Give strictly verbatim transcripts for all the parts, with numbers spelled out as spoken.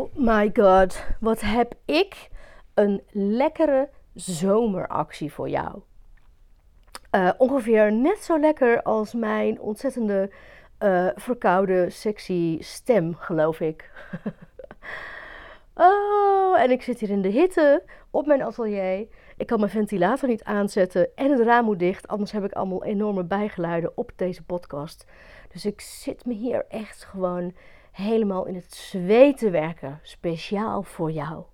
Oh my god, wat heb ik een lekkere zomeractie voor jou. Uh, ongeveer net zo lekker als mijn ontzettende uh, verkoude, sexy stem, geloof ik. Oh, en ik zit hier in de hitte op mijn atelier. Ik kan mijn ventilator niet aanzetten en het raam moet dicht, anders heb ik allemaal enorme bijgeluiden op deze podcast. Dus ik zit me hier echt gewoon helemaal in het zweet te werken, speciaal voor jou.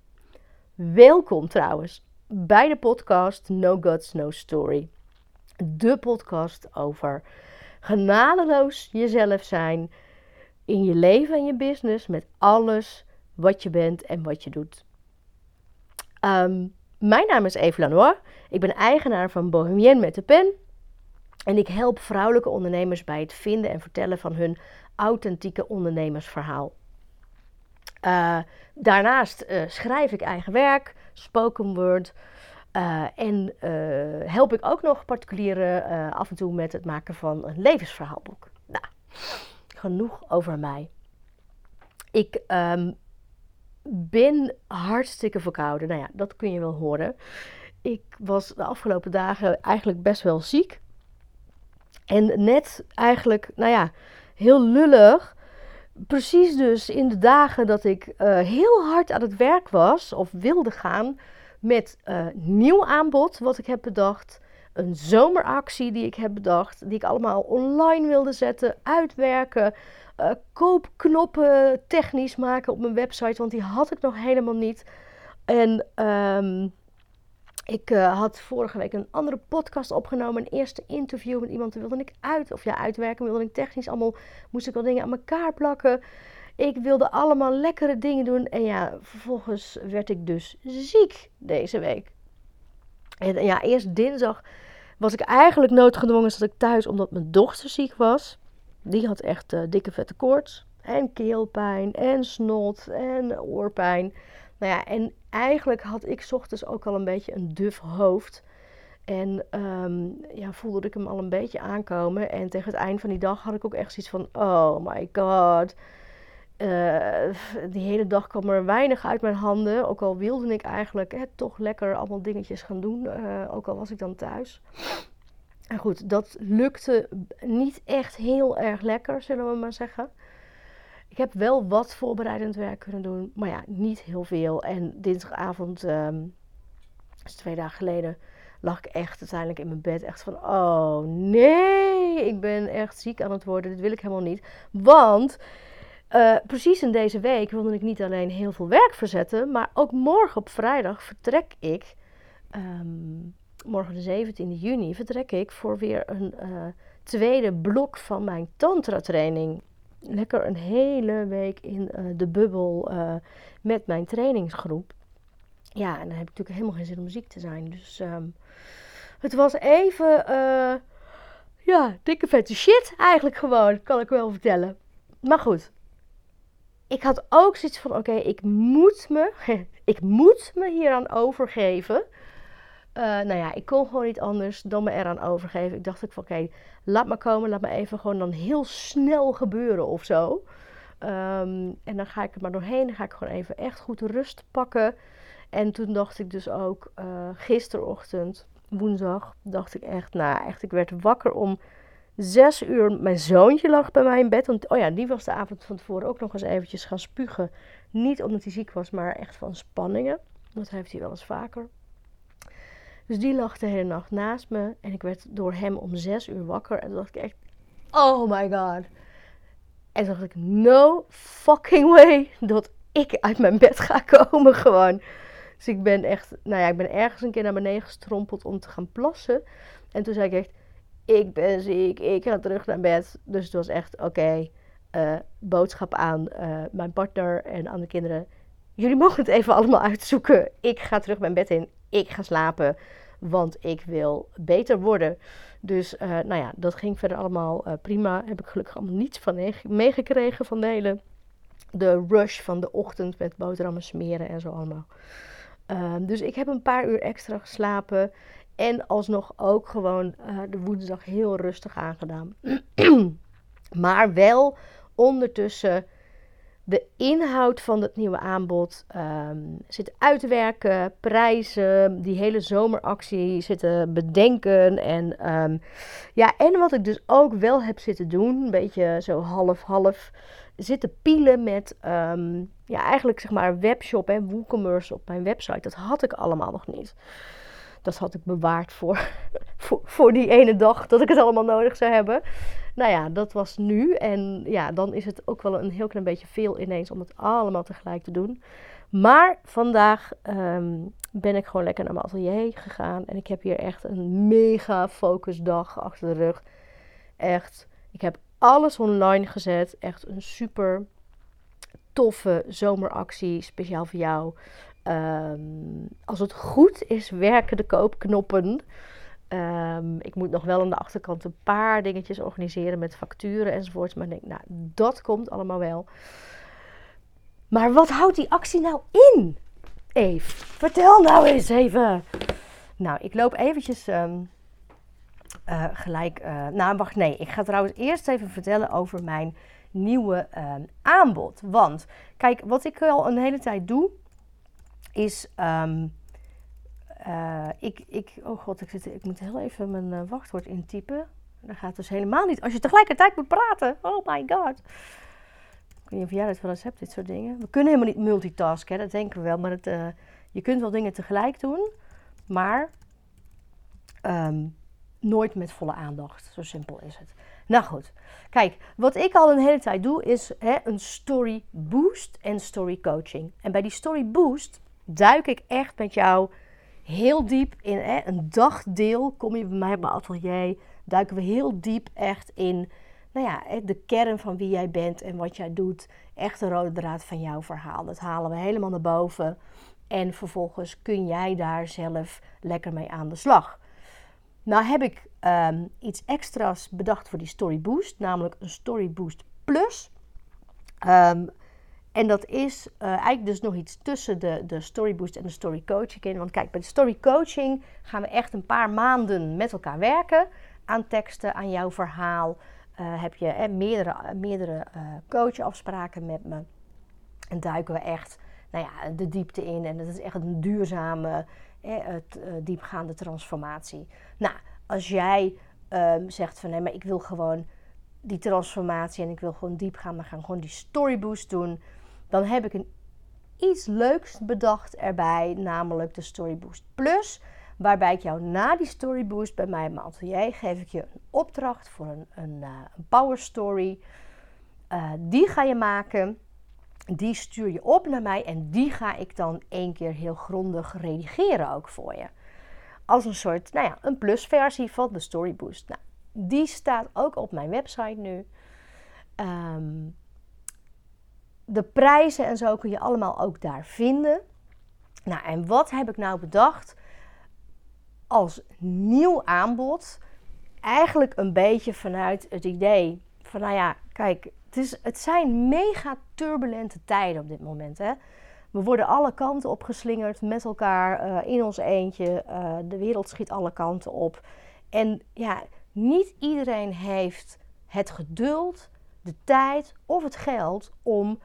Welkom trouwens bij de podcast No Guts, No Story. De podcast over genadeloos jezelf zijn in je leven en je business met alles wat je bent en wat je doet. Um, mijn naam is Eve Lanois. Ik ben eigenaar van Bohemienne met de pen. En ik help vrouwelijke ondernemers bij het vinden en vertellen van hun authentieke ondernemersverhaal. Uh, daarnaast uh, schrijf ik eigen werk, spoken word. Uh, en uh, help ik ook nog particulieren uh, af en toe met het maken van een levensverhaalboek. Nou, genoeg over mij. Ik um, ben hartstikke verkouden. Nou ja, dat kun je wel horen. Ik was de afgelopen dagen eigenlijk best wel ziek. En net eigenlijk, nou ja, heel lullig. Precies dus in de dagen dat ik uh, heel hard aan het werk was of wilde gaan met uh, nieuw aanbod wat ik heb bedacht. Een zomeractie die ik heb bedacht, die ik allemaal online wilde zetten, uitwerken. Uh, koopknoppen technisch maken op mijn website, want die had ik nog helemaal niet. En um, ik uh, had vorige week een andere podcast opgenomen, een eerste interview met iemand, wilde ik uit, of ja, uitwerken, wilde ik technisch allemaal, moest ik al dingen aan elkaar plakken. Ik wilde allemaal lekkere dingen doen en ja, vervolgens werd ik dus ziek deze week. En ja, eerst dinsdag was ik eigenlijk noodgedwongen, zat ik thuis omdat mijn dochter ziek was. Die had echt uh, dikke vette koorts en keelpijn en snot en oorpijn. Nou ja, en eigenlijk had ik 's ochtends ook al een beetje een duf hoofd. En um, ja, voelde ik hem al een beetje aankomen. En tegen het eind van die dag had ik ook echt zoiets van, oh my god. Uh, die hele dag kwam er weinig uit mijn handen. Ook al wilde ik eigenlijk hè, toch lekker allemaal dingetjes gaan doen. Uh, ook al was ik dan thuis. En goed, dat lukte niet echt heel erg lekker, zullen we maar zeggen. Ik heb wel wat voorbereidend werk kunnen doen, maar ja, niet heel veel. En dinsdagavond, um, dat is twee dagen geleden, lag ik echt uiteindelijk in mijn bed. Echt van, oh nee, ik ben echt ziek aan het worden. Dit wil ik helemaal niet. Want uh, precies in deze week wilde ik niet alleen heel veel werk verzetten, maar ook morgen op vrijdag vertrek ik, um, morgen de zeventiende juni, vertrek ik voor weer een uh, tweede blok van mijn tantra training. Lekker een hele week in uh, de bubbel uh, met mijn trainingsgroep. Ja, en dan heb ik natuurlijk helemaal geen zin om ziek te zijn. Dus um, het was even, uh, ja, dikke vette shit eigenlijk gewoon, kan ik wel vertellen. Maar goed, ik had ook zoiets van, oké, okay, ik moet me, ik moet me hieraan overgeven. Uh, nou ja, ik kon gewoon niet anders dan me eraan overgeven. Ik dacht ook van, oké, okay, laat me komen, laat me even gewoon dan heel snel gebeuren of zo. Um, en dan ga ik er maar doorheen, dan ga ik gewoon even echt goed rust pakken. En toen dacht ik dus ook, uh, gisterochtend, woensdag, dacht ik echt, nou echt, ik werd wakker om zes uur. Mijn zoontje lag bij mij in bed, want oh ja, die was de avond van tevoren ook nog eens eventjes gaan spugen. Niet omdat hij ziek was, maar echt van spanningen. Dat heeft hij wel eens vaker. Dus die lag de hele nacht naast me en ik werd door hem om zes uur wakker. En toen dacht ik echt, oh my god. En toen dacht ik, no fucking way dat ik uit mijn bed ga komen gewoon. Dus ik ben echt, nou ja, ik ben ergens een keer naar beneden gestrompeld om te gaan plassen. En toen zei ik echt, ik ben ziek, ik ga terug naar bed. Dus het was echt, oké, okay, uh, boodschap aan uh, mijn partner en aan de kinderen. Jullie mogen het even allemaal uitzoeken. Ik ga terug mijn bed in. Ik ga slapen, want ik wil beter worden. Dus uh, nou ja, dat ging verder allemaal uh, prima. Heb ik gelukkig allemaal niets van meegekregen van de hele de rush van de ochtend met boterhammen smeren en zo allemaal. Uh, dus ik heb een paar uur extra geslapen en alsnog ook gewoon uh, de woensdag heel rustig aangedaan. Maar wel ondertussen de inhoud van het nieuwe aanbod um, zitten uitwerken, prijzen, die hele zomeractie zitten bedenken. En, um, ja, en wat ik dus ook wel heb zitten doen, een beetje zo half-half, zitten pielen met um, ja, eigenlijk zeg maar webshop en WooCommerce op mijn website. Dat had ik allemaal nog niet. Dat had ik bewaard voor, voor, voor die ene dag dat ik het allemaal nodig zou hebben. Nou ja, dat was nu. En ja, dan is het ook wel een heel klein beetje veel ineens om het allemaal tegelijk te doen. Maar vandaag um, ben ik gewoon lekker naar mijn atelier gegaan. En ik heb hier echt een mega focusdag achter de rug. Echt, ik heb alles online gezet. Echt een super toffe zomeractie, speciaal voor jou. Um, als het goed is, werken de koopknoppen. Um, ik moet nog wel aan de achterkant een paar dingetjes organiseren met facturen enzovoorts. Maar ik denk, nou, dat komt allemaal wel. Maar wat houdt die actie nou in? Eve, vertel nou eens even. Nou, ik loop eventjes um, uh, gelijk... Uh, nou, wacht, nee. Ik ga trouwens eerst even vertellen over mijn nieuwe um, aanbod. Want, kijk, wat ik al een hele tijd doe, is... Um, Uh, ik, ik, oh god, ik, zit, ik moet heel even mijn uh, wachtwoord intypen. Dat gaat dus helemaal niet als je tegelijkertijd moet praten. Oh my god. Ik weet niet of jij dat wel eens hebt, dit soort dingen. We kunnen helemaal niet multitasken, hè? Dat denken we wel. Maar het, uh, je kunt wel dingen tegelijk doen, maar um, nooit met volle aandacht. Zo simpel is het. Nou goed, kijk, wat ik al een hele tijd doe is hè, een story boost en story coaching. En bij die story boost duik ik echt met jou heel diep in hè, een dagdeel. Kom je bij mij op mijn atelier, duiken we heel diep echt in nou ja, de kern van wie jij bent en wat jij doet. Echt de rode draad van jouw verhaal. Dat halen we helemaal naar boven. En vervolgens kun jij daar zelf lekker mee aan de slag. Nou heb ik um, iets extra's bedacht voor die Story Boost. Namelijk een Story Boost Plus. Um, en dat is uh, eigenlijk dus nog iets tussen de, de Story Boost en de Story Coaching in. Want kijk, bij de Story Coaching gaan we echt een paar maanden met elkaar werken. Aan teksten, aan jouw verhaal. Uh, heb je eh, meerdere, meerdere uh, coachafspraken met me. En duiken we echt nou ja, de diepte in. En dat is echt een duurzame, eh, het, uh, diepgaande transformatie. Nou, als jij uh, zegt van nee, maar ik wil gewoon die transformatie en ik wil gewoon diep gaan, maar gaan gewoon die Story Boost doen. Dan heb ik een iets leuks bedacht erbij, namelijk de Story Boost Plus. Waarbij ik jou na die Story Boost bij mij in mijn atelier geef ik je een opdracht voor een, een, uh, een power story. Uh, die ga je maken, die stuur je op naar mij en die ga ik dan één keer heel grondig redigeren ook voor je. Als een soort, nou ja, een plusversie van de Story Boost. Nou, die staat ook op mijn website nu. Um, de prijzen en zo kun je allemaal ook daar vinden. Nou, en wat heb ik nou bedacht als nieuw aanbod? Eigenlijk een beetje vanuit het idee van, nou ja, kijk, het, is, het zijn mega turbulente tijden op dit moment, hè. We worden alle kanten opgeslingerd met elkaar uh, in ons eentje. Uh, de wereld schiet alle kanten op. En ja, niet iedereen heeft het geduld, de tijd of het geld om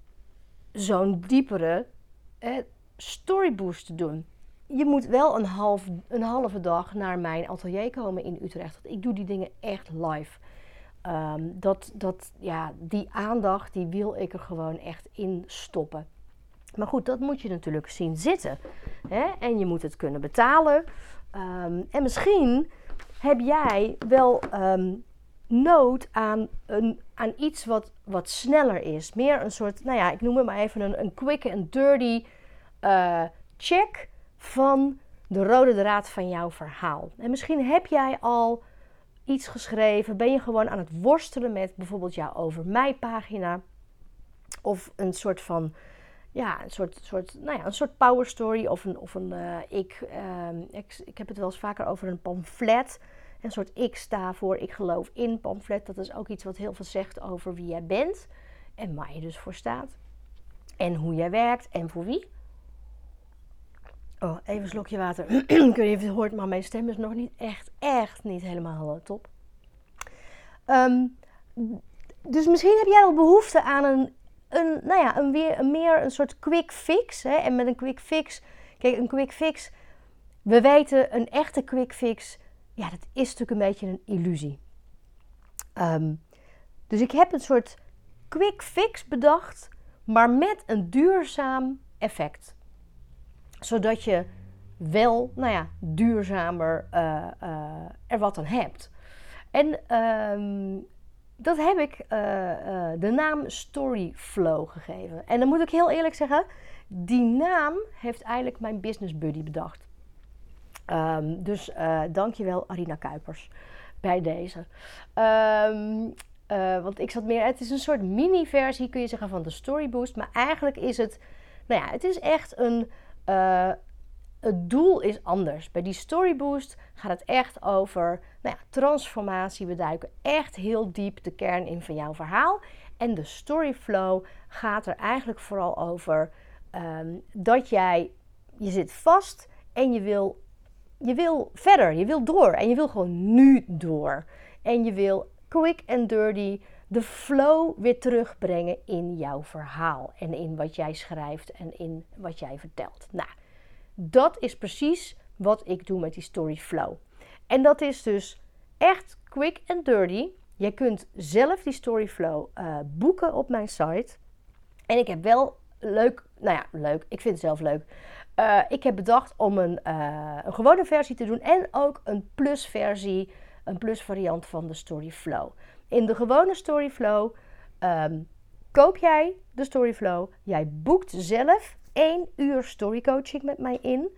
zo'n diepere eh, storyboost te doen. Je moet wel een, half, een halve dag naar mijn atelier komen in Utrecht. Ik doe die dingen echt live. Um, dat, dat, ja, die aandacht die wil ik er gewoon echt in stoppen. Maar goed, dat moet je natuurlijk zien zitten. Hè? En je moet het kunnen betalen. Um, en misschien heb jij wel um, nood aan, een, aan iets wat, wat sneller is. Meer een soort, nou ja, ik noem het maar even een, een quick and dirty uh, check van de rode draad van jouw verhaal. En misschien heb jij al iets geschreven, ben je gewoon aan het worstelen met bijvoorbeeld jouw over mij pagina. Of een soort van, ja, een soort, soort, nou ja, een soort power story. Of een, of een uh, ik, uh, ik, ik heb het wel eens vaker over een pamflet. Een soort ik sta voor, ik geloof in pamflet. Dat is ook iets wat heel veel zegt over wie jij bent. En waar je dus voor staat. En hoe jij werkt en voor wie. Oh, even een slokje water. Ik weet niet of je het hoort, maar mijn stem is nog niet echt, echt niet helemaal uh, top. Um, dus misschien heb jij wel behoefte aan een, een, nou ja, een, weer, een meer een soort quick fix. Hè? En met een quick fix, kijk, een quick fix, we weten, een echte quick fix, ja, dat is natuurlijk een beetje een illusie. Um, dus ik heb een soort quick fix bedacht, maar met een duurzaam effect. Zodat je wel, nou ja, duurzamer uh, uh, er wat aan hebt. En um, dat heb ik uh, uh, de naam Storyflow gegeven. En dan moet ik heel eerlijk zeggen, die naam heeft eigenlijk mijn business buddy bedacht. Um, dus uh, dankjewel Arina Kuipers bij deze. Um, uh, want ik zat meer, het is een soort mini-versie kun je zeggen van de Storyboost. Maar eigenlijk is het, nou ja, het is echt een, uh, het doel is anders. Bij die Storyboost gaat het echt over, nou ja, transformatie. We duiken echt heel diep de kern in van jouw verhaal. En de Storyflow gaat er eigenlijk vooral over um, dat jij, je zit vast en je wil... Je wil verder, je wil door en je wil gewoon nu door. En je wil quick and dirty de flow weer terugbrengen in jouw verhaal. En in wat jij schrijft en in wat jij vertelt. Nou, dat is precies wat ik doe met die Storyflow. En dat is dus echt quick and dirty. Je kunt zelf die Storyflow uh, boeken op mijn site. En ik heb wel leuk, nou ja, leuk, ik vind het zelf leuk. Uh, ik heb bedacht om een, uh, een gewone versie te doen en ook een plus versie, een plus variant van de Storyflow. In de gewone Storyflow um, koop jij de Storyflow, jij boekt zelf één uur storycoaching met mij in.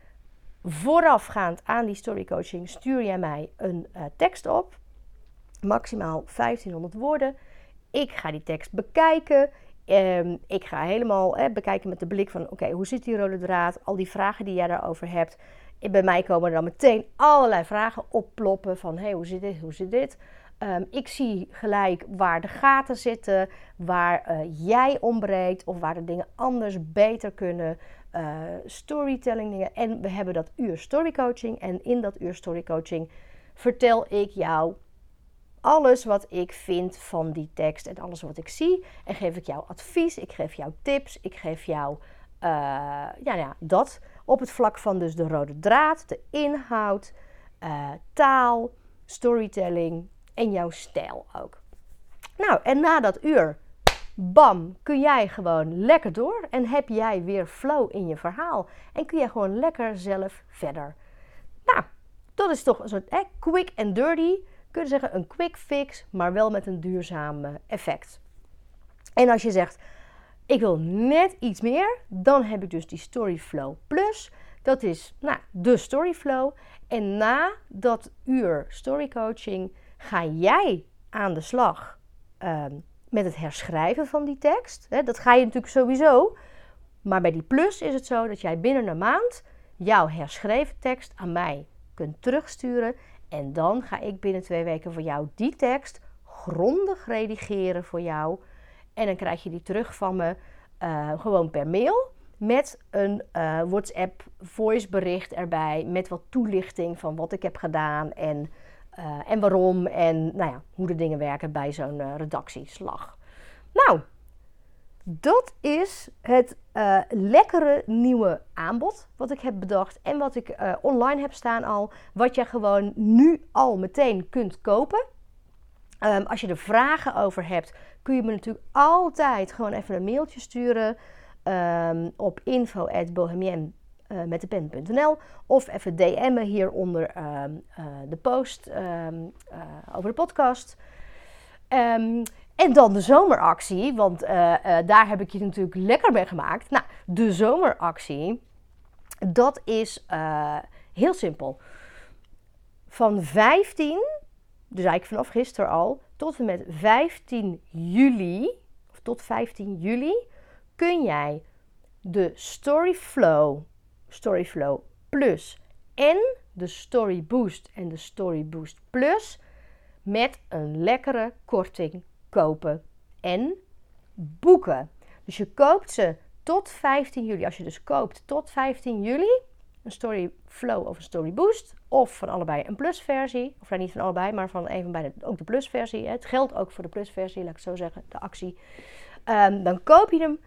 Voorafgaand aan die storycoaching stuur jij mij een uh, tekst op, maximaal vijftienhonderd woorden. Ik ga die tekst bekijken. Um, ik ga helemaal eh, bekijken met de blik van, oké, okay, hoe zit die rode draad? Al die vragen die jij daarover hebt. Bij mij komen er dan meteen allerlei vragen opploppen van, hé, hey, hoe zit dit, hoe zit dit? Um, ik zie gelijk waar de gaten zitten, waar uh, jij ontbreekt of waar de dingen anders beter kunnen. Uh, storytelling dingen. En we hebben dat uur storycoaching. En in dat uur storycoaching vertel ik jou alles wat ik vind van die tekst en alles wat ik zie. En geef ik jou advies, ik geef jou tips, ik geef jou uh, ja, ja, dat op het vlak van dus de rode draad, de inhoud, uh, taal, storytelling en jouw stijl ook. Nou, en na dat uur, bam, kun jij gewoon lekker door en heb jij weer flow in je verhaal. En kun jij gewoon lekker zelf verder. Nou, dat is toch een soort eh, quick and dirty. Kun je zeggen een quick fix, maar wel met een duurzaam effect. En als je zegt, ik wil net iets meer, dan heb ik dus die Storyflow Plus. Dat is nou, de Storyflow. En na dat uur storycoaching ga jij aan de slag uh, met het herschrijven van die tekst. He, dat ga je natuurlijk sowieso. Maar bij die Plus is het zo dat jij binnen een maand jouw herschreven tekst aan mij kunt terugsturen. En dan ga ik binnen twee weken voor jou die tekst grondig redigeren voor jou. En dan krijg je die terug van me uh, gewoon per mail. Met een uh, WhatsApp voicebericht erbij. Met wat toelichting van wat ik heb gedaan. En, uh, en waarom. En nou ja, hoe de dingen werken bij zo'n uh, redactieslag. Nou, dat is het uh, lekkere nieuwe aanbod wat ik heb bedacht en wat ik uh, online heb staan al. Wat je gewoon nu al meteen kunt kopen. Um, als je er vragen over hebt, kun je me natuurlijk altijd gewoon even een mailtje sturen um, op info at bohemien met de pen punt n l of even D M'en hieronder um, uh, de post um, uh, over de podcast. Um, En dan de zomeractie, want uh, uh, daar heb ik je natuurlijk lekker mee gemaakt. Nou, de zomeractie, dat is uh, heel simpel. Van vijftien, dus eigenlijk vanaf gisteren al, tot en met vijftien juli, of tot vijftien juli, kun jij de Storyflow, Storyflow Plus en de Storyboost en de Storyboost Plus met een lekkere korting kopen en boeken. Dus je koopt ze tot vijftien juli. Als je dus koopt tot vijftien juli, een Storyflow of een Storyboost, of van allebei een plusversie, of niet van allebei, maar van een van beide ook de plusversie. Het geldt ook voor de plusversie, laat ik het zo zeggen, de actie. Um, dan koop je hem.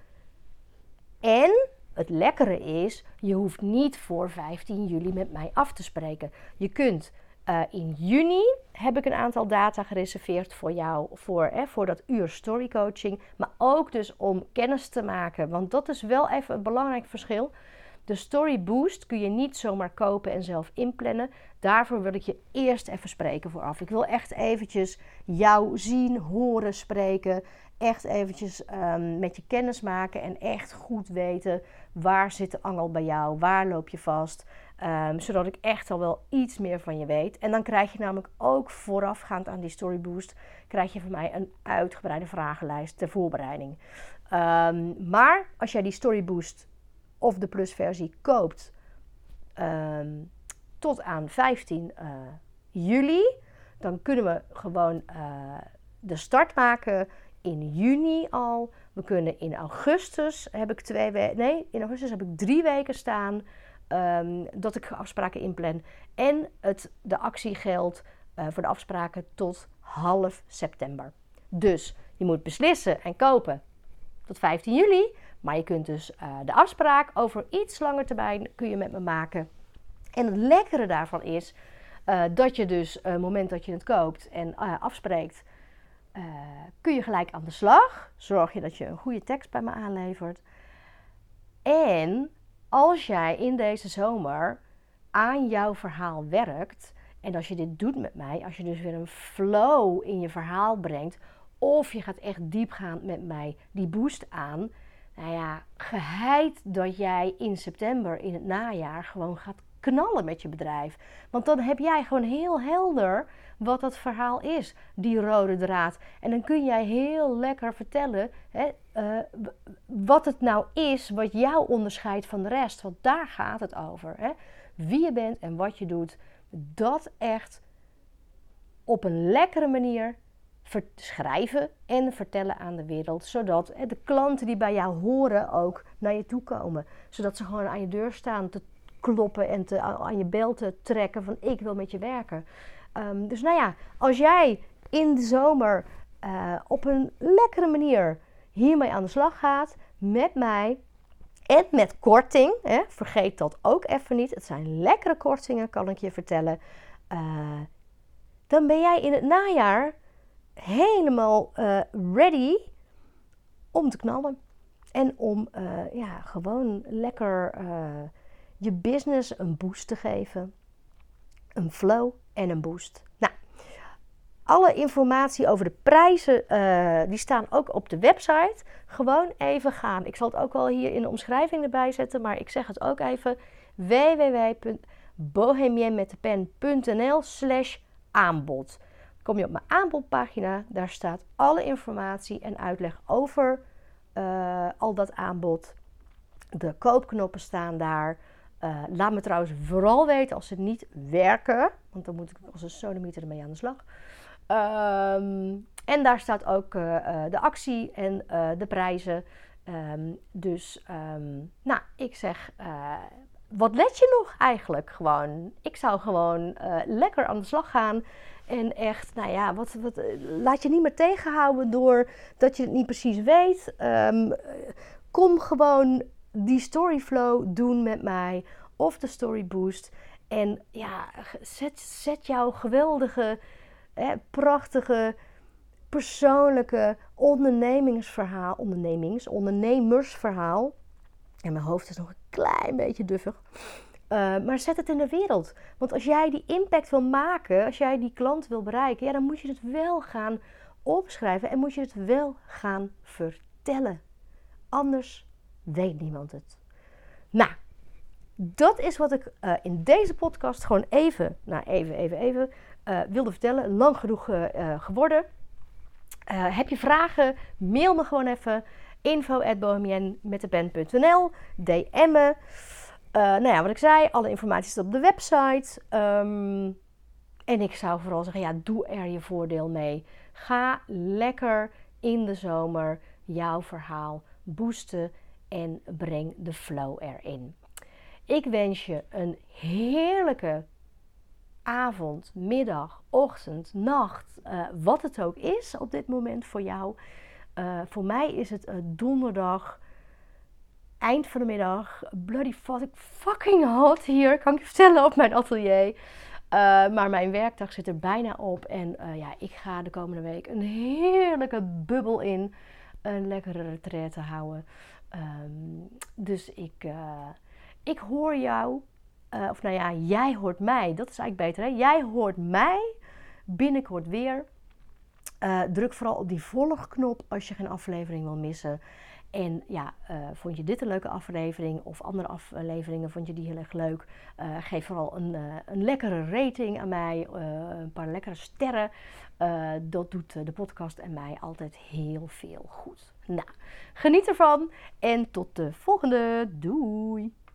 En het lekkere is, je hoeft niet voor vijftien juli met mij af te spreken. Je kunt uh, in juni, heb ik een aantal data gereserveerd voor jou, voor, hè, voor dat uur storycoaching. Maar ook dus om kennis te maken, want dat is wel even een belangrijk verschil. De Story Boost kun je niet zomaar kopen en zelf inplannen. Daarvoor wil ik je eerst even spreken vooraf. Ik wil echt eventjes jou zien, horen, spreken. Echt eventjes um, met je kennis maken en echt goed weten waar zit de angel bij jou, waar loop je vast. Um, zodat ik echt al wel iets meer van je weet. En dan krijg je namelijk ook voorafgaand aan die Story Boost, krijg je van mij een uitgebreide vragenlijst ter voorbereiding. Um, maar als jij die Story Boost of de plusversie koopt um, tot aan vijftien juli, dan kunnen we gewoon uh, de start maken in juni al. We kunnen in augustus heb ik twee weken, nee, in augustus heb ik drie weken staan um, dat ik afspraken inplan. En het, de actie geldt uh, voor de afspraken tot half september. Dus je moet beslissen en kopen tot vijftien juli. Maar je kunt dus uh, de afspraak over iets langer termijn kun je met me maken. En het lekkere daarvan is uh, dat je dus, het uh, moment dat je het koopt en uh, afspreekt, uh, kun je gelijk aan de slag. Zorg je dat je een goede tekst bij me aanlevert. En als jij in deze zomer aan jouw verhaal werkt, en als je dit doet met mij, als je dus weer een flow in je verhaal brengt, of je gaat echt diepgaand met mij die boost aan, nou ja, geheid dat jij in september, in het najaar, gewoon gaat knallen met je bedrijf. Want dan heb jij gewoon heel helder wat dat verhaal is, die rode draad. En dan kun jij heel lekker vertellen hè, uh, wat het nou is wat jou onderscheidt van de rest. Want daar gaat het over. Hè. Wie je bent en wat je doet, dat echt op een lekkere manier schrijven en vertellen aan de wereld. Zodat de klanten die bij jou horen ook naar je toe komen. Zodat ze gewoon aan je deur staan te kloppen en te, aan je bel te trekken van ik wil met je werken. Um, dus nou ja, als jij in de zomer uh, op een lekkere manier hiermee aan de slag gaat met mij en met korting, hè, vergeet dat ook even niet. Het zijn lekkere kortingen, kan ik je vertellen. Uh, dan ben jij in het najaar helemaal uh, ready om te knallen. En om uh, ja, gewoon lekker uh, je business een boost te geven. Een flow en een boost. Nou, alle informatie over de prijzen, uh, die staan ook op de website. Gewoon even gaan. Ik zal het ook wel hier in de omschrijving erbij zetten, maar ik zeg het ook even. w w w punt bohemienmetdepen.nl slash aanbod. Kom je op mijn aanbodpagina, daar staat alle informatie en uitleg over uh, al dat aanbod. De koopknoppen staan daar. Uh, laat me trouwens vooral weten als ze niet werken, want dan moet ik als een sodemieter ermee aan de slag. Um, en daar staat ook uh, uh, de actie en uh, de prijzen. Um, dus, um, nou, ik zeg, uh, wat let je nog eigenlijk gewoon? Ik zou gewoon uh, lekker aan de slag gaan. En echt, nou ja, wat, wat, laat je niet meer tegenhouden door dat je het niet precies weet. Um, kom gewoon die storyflow doen met mij of de story boost. En ja, zet, zet jouw geweldige, hè, prachtige, persoonlijke ondernemingsverhaal, ondernemings, ondernemersverhaal. En mijn hoofd is nog een klein beetje duffig. Uh, maar zet het in de wereld. Want als jij die impact wil maken, als jij die klant wil bereiken, ja, dan moet je het wel gaan opschrijven en moet je het wel gaan vertellen. Anders weet niemand het. Nou, dat is wat ik uh, in deze podcast gewoon even, nou even, even, even uh, wilde vertellen. Lang genoeg uh, uh, geworden. Uh, heb je vragen? Mail me gewoon even. info at bohemienmetdepen punt n l D M'en. Uh, nou ja, wat ik zei, alle informatie staat op de website. Um, en ik zou vooral zeggen, ja, doe er je voordeel mee. Ga lekker in de zomer jouw verhaal boosten en breng de flow erin. Ik wens je een heerlijke avond, middag, ochtend, nacht, uh, wat het ook is op dit moment voor jou. Uh, voor mij is het uh, donderdag, eind van de middag. Bloody fucking hot hier, kan ik je vertellen, op mijn atelier. Uh, maar mijn werkdag zit er bijna op. En uh, ja, ik ga de komende week een heerlijke bubbel in. Een lekkere retraite houden. Um, dus ik, uh, ik hoor jou. Uh, of nou ja, jij hoort mij. Dat is eigenlijk beter, hè? Jij hoort mij binnenkort weer. Uh, druk vooral op die volgknop als je geen aflevering wil missen. En ja, uh, vond je dit een leuke aflevering of andere afleveringen, vond je die heel erg leuk? Uh, geef vooral een, uh, een lekkere rating aan mij, uh, een paar lekkere sterren. Uh, dat doet de podcast en mij altijd heel veel goed. Nou, geniet ervan en tot de volgende. Doei!